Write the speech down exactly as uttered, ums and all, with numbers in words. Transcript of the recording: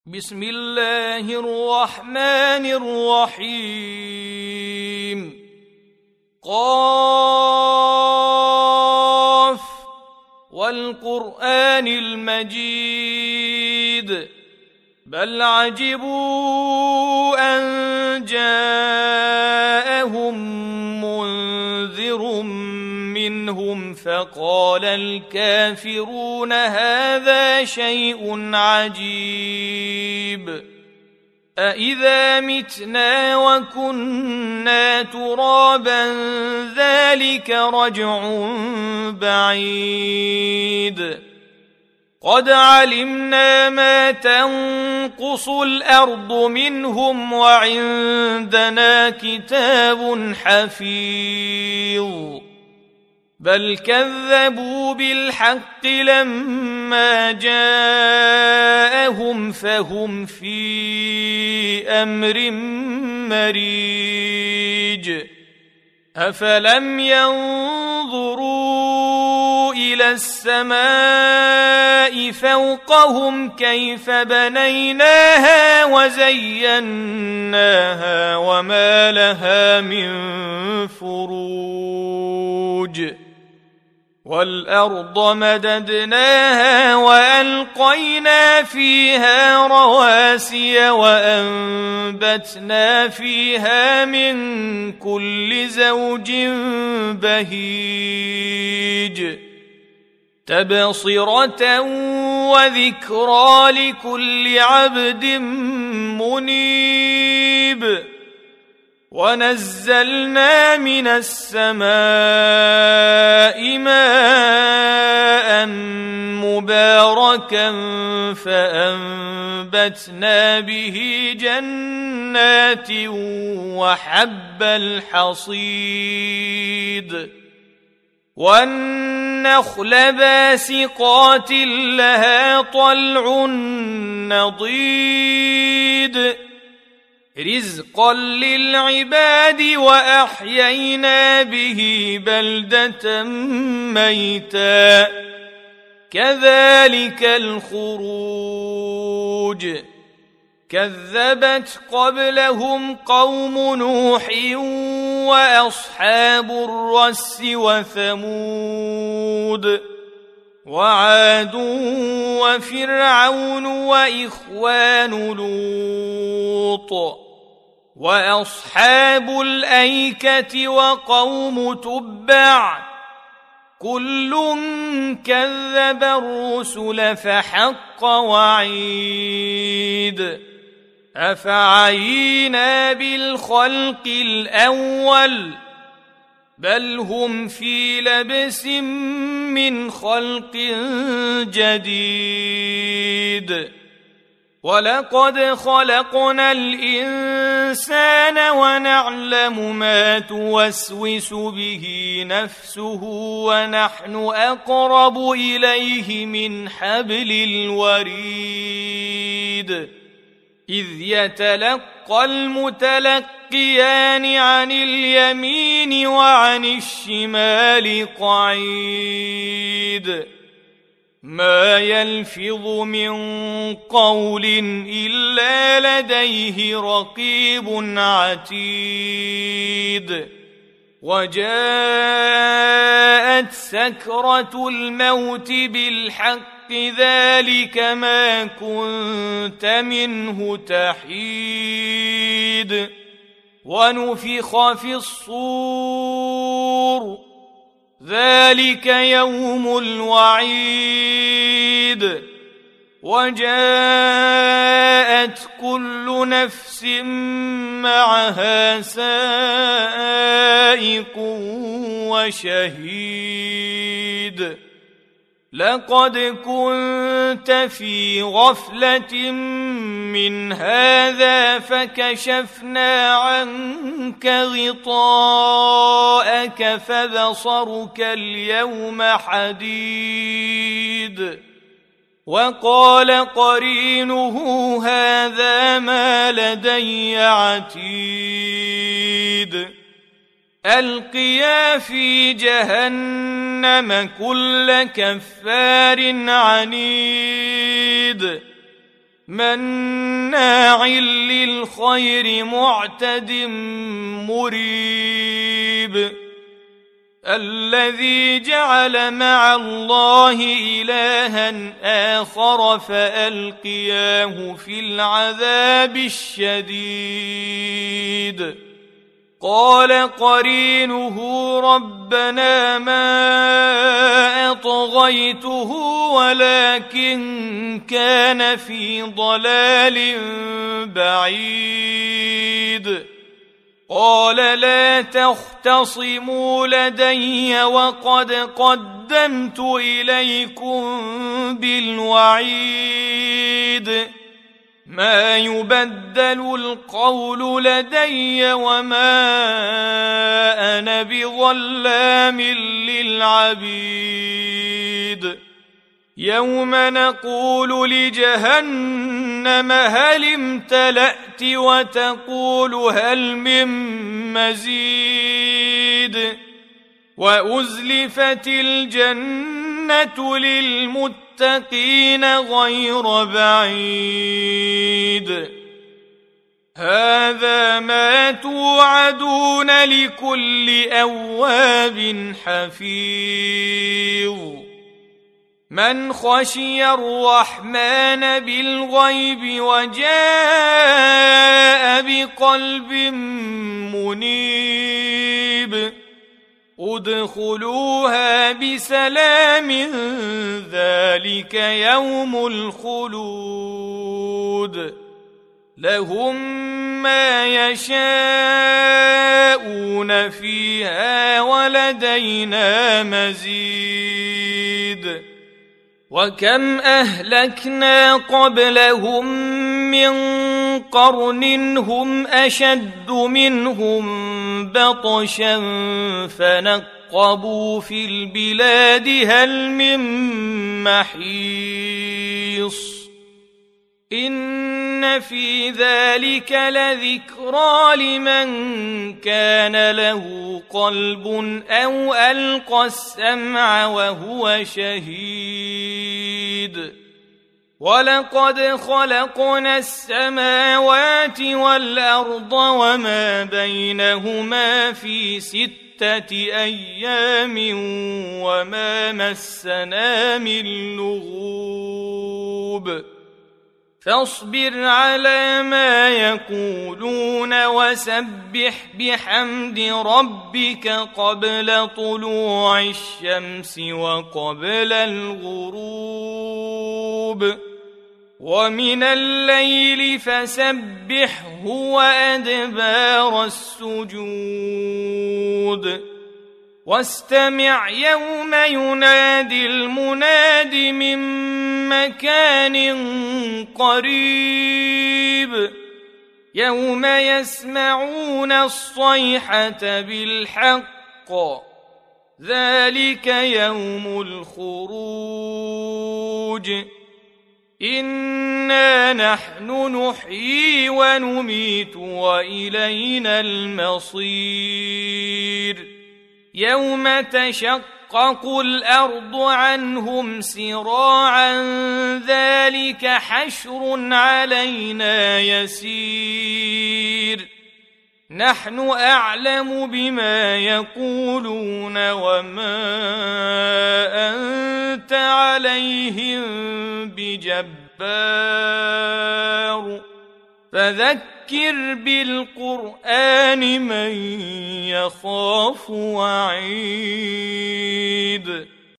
بسم الله الرحمن الرحيم. قاف والقرآن المجيد بل عجبوا أن جاءهم منذر منهم فقال الكافرون هذا شيء عجيب أإذا متنا وكنا ترابا ذلك رجع بعيد قد علمنا ما تنقص الأرض منهم وعندنا كتاب حفيظ بل كذبوا بالحق لما جاءهم فهم في أمر مريج أفلم ينظروا إلى السماء فوقهم كيف بنيناها وزيناها وما لها من فروج والأرض مددناها وألقينا فيها رواسي وأنبتنا فيها من كل زوج بهيج تبصرة وذكرى لكل عبد منيب ونزلنا من السماء ماء مباركا فأنبتنا به جنات وحب الحصيد والنخل باسقات لها طلع نضيد رزقا للعباد وأحيينا به بلدة ميتا كذلك الخروج كذبت قبلهم قوم نوح وأصحاب الرس وثمود وعاد وفرعون وإخوان لوط وأصحاب الأيكة وقوم تبع كل كذب الرسل فحق وعيد أفعينا بالخلق الأول بل هم في لبس من خلق جديد ولقد خلقنا الإنسان ونعلم ما توسوس به نفسه ونحن أقرب إليه من حبل الوريد إذ يتلقى المتلقيان عن اليمين وعن الشمال قعيد ما يلفظ من قول إلا لديه رقيب عتيد وجاءت سكرة الموت بالحق ذلك ما كنت منه تحيد ونفخ في الصور ذلك يوم الوعيد وجاءت كل نفس معها سائق وشهيد لقد كنت في غفلة من هذا فكشفنا عنك غطاءك فبصرك اليوم حديد وقال قرينه هذا ما لدي عتيد ألقيا في جهنم كل كفار عنيد مناع للخير معتد مريب الذي جعل مع الله إلها آخر فألقياه في العذاب الشديد قال قرينه ربنا ما أطغيته ولكن كان في ضلال بعيد قال لا تختصموا لدي وقد قدمت إليكم بالوعيد ما يبدل القول لدي وما أنا بظلام للعبيد يوم نقول لجهنم هل امتلأت وتقول هل من مزيد وأزلفت الجنة للمتقين غير بعيد هذا ما توعدون لكل أواب حفيظ من خشي الرحمن بالغيب وجاء بقلب منيب ادخلوها بسلام ذلك يوم الخلود لهم ما يشاءون فيها ولدينا مزيد وكم أهلكنا قبلهم من قرن هم أشد منهم بطشا فنقبوا في البلاد هل من محيص إن في ذلك لذكرى لمن كان له قلب أو ألقى السمع وهو شهيد ولقد خلقنا السماوات والأرض وما بينهما في ستة أيام وما مسنا من لغوب فاصبر على ما يقولون وسبح بحمد ربك قبل طلوع الشمس وقبل الغروب ومن الليل فسبحه وأدبار السجود واستمع يوم ينادي المناد من مكان قريب يوم يسمعون الصيحة بالحق ذلك يوم الخروج إنا نحن نحيي ونميت وإلينا المصير يوم تشقق الأرض عنهم سراعا ذلك حشر علينا يسير نحن أعلم بما يقولون وما أنت عليهم بجبار فذكر بالقرآن من يخاف وعيد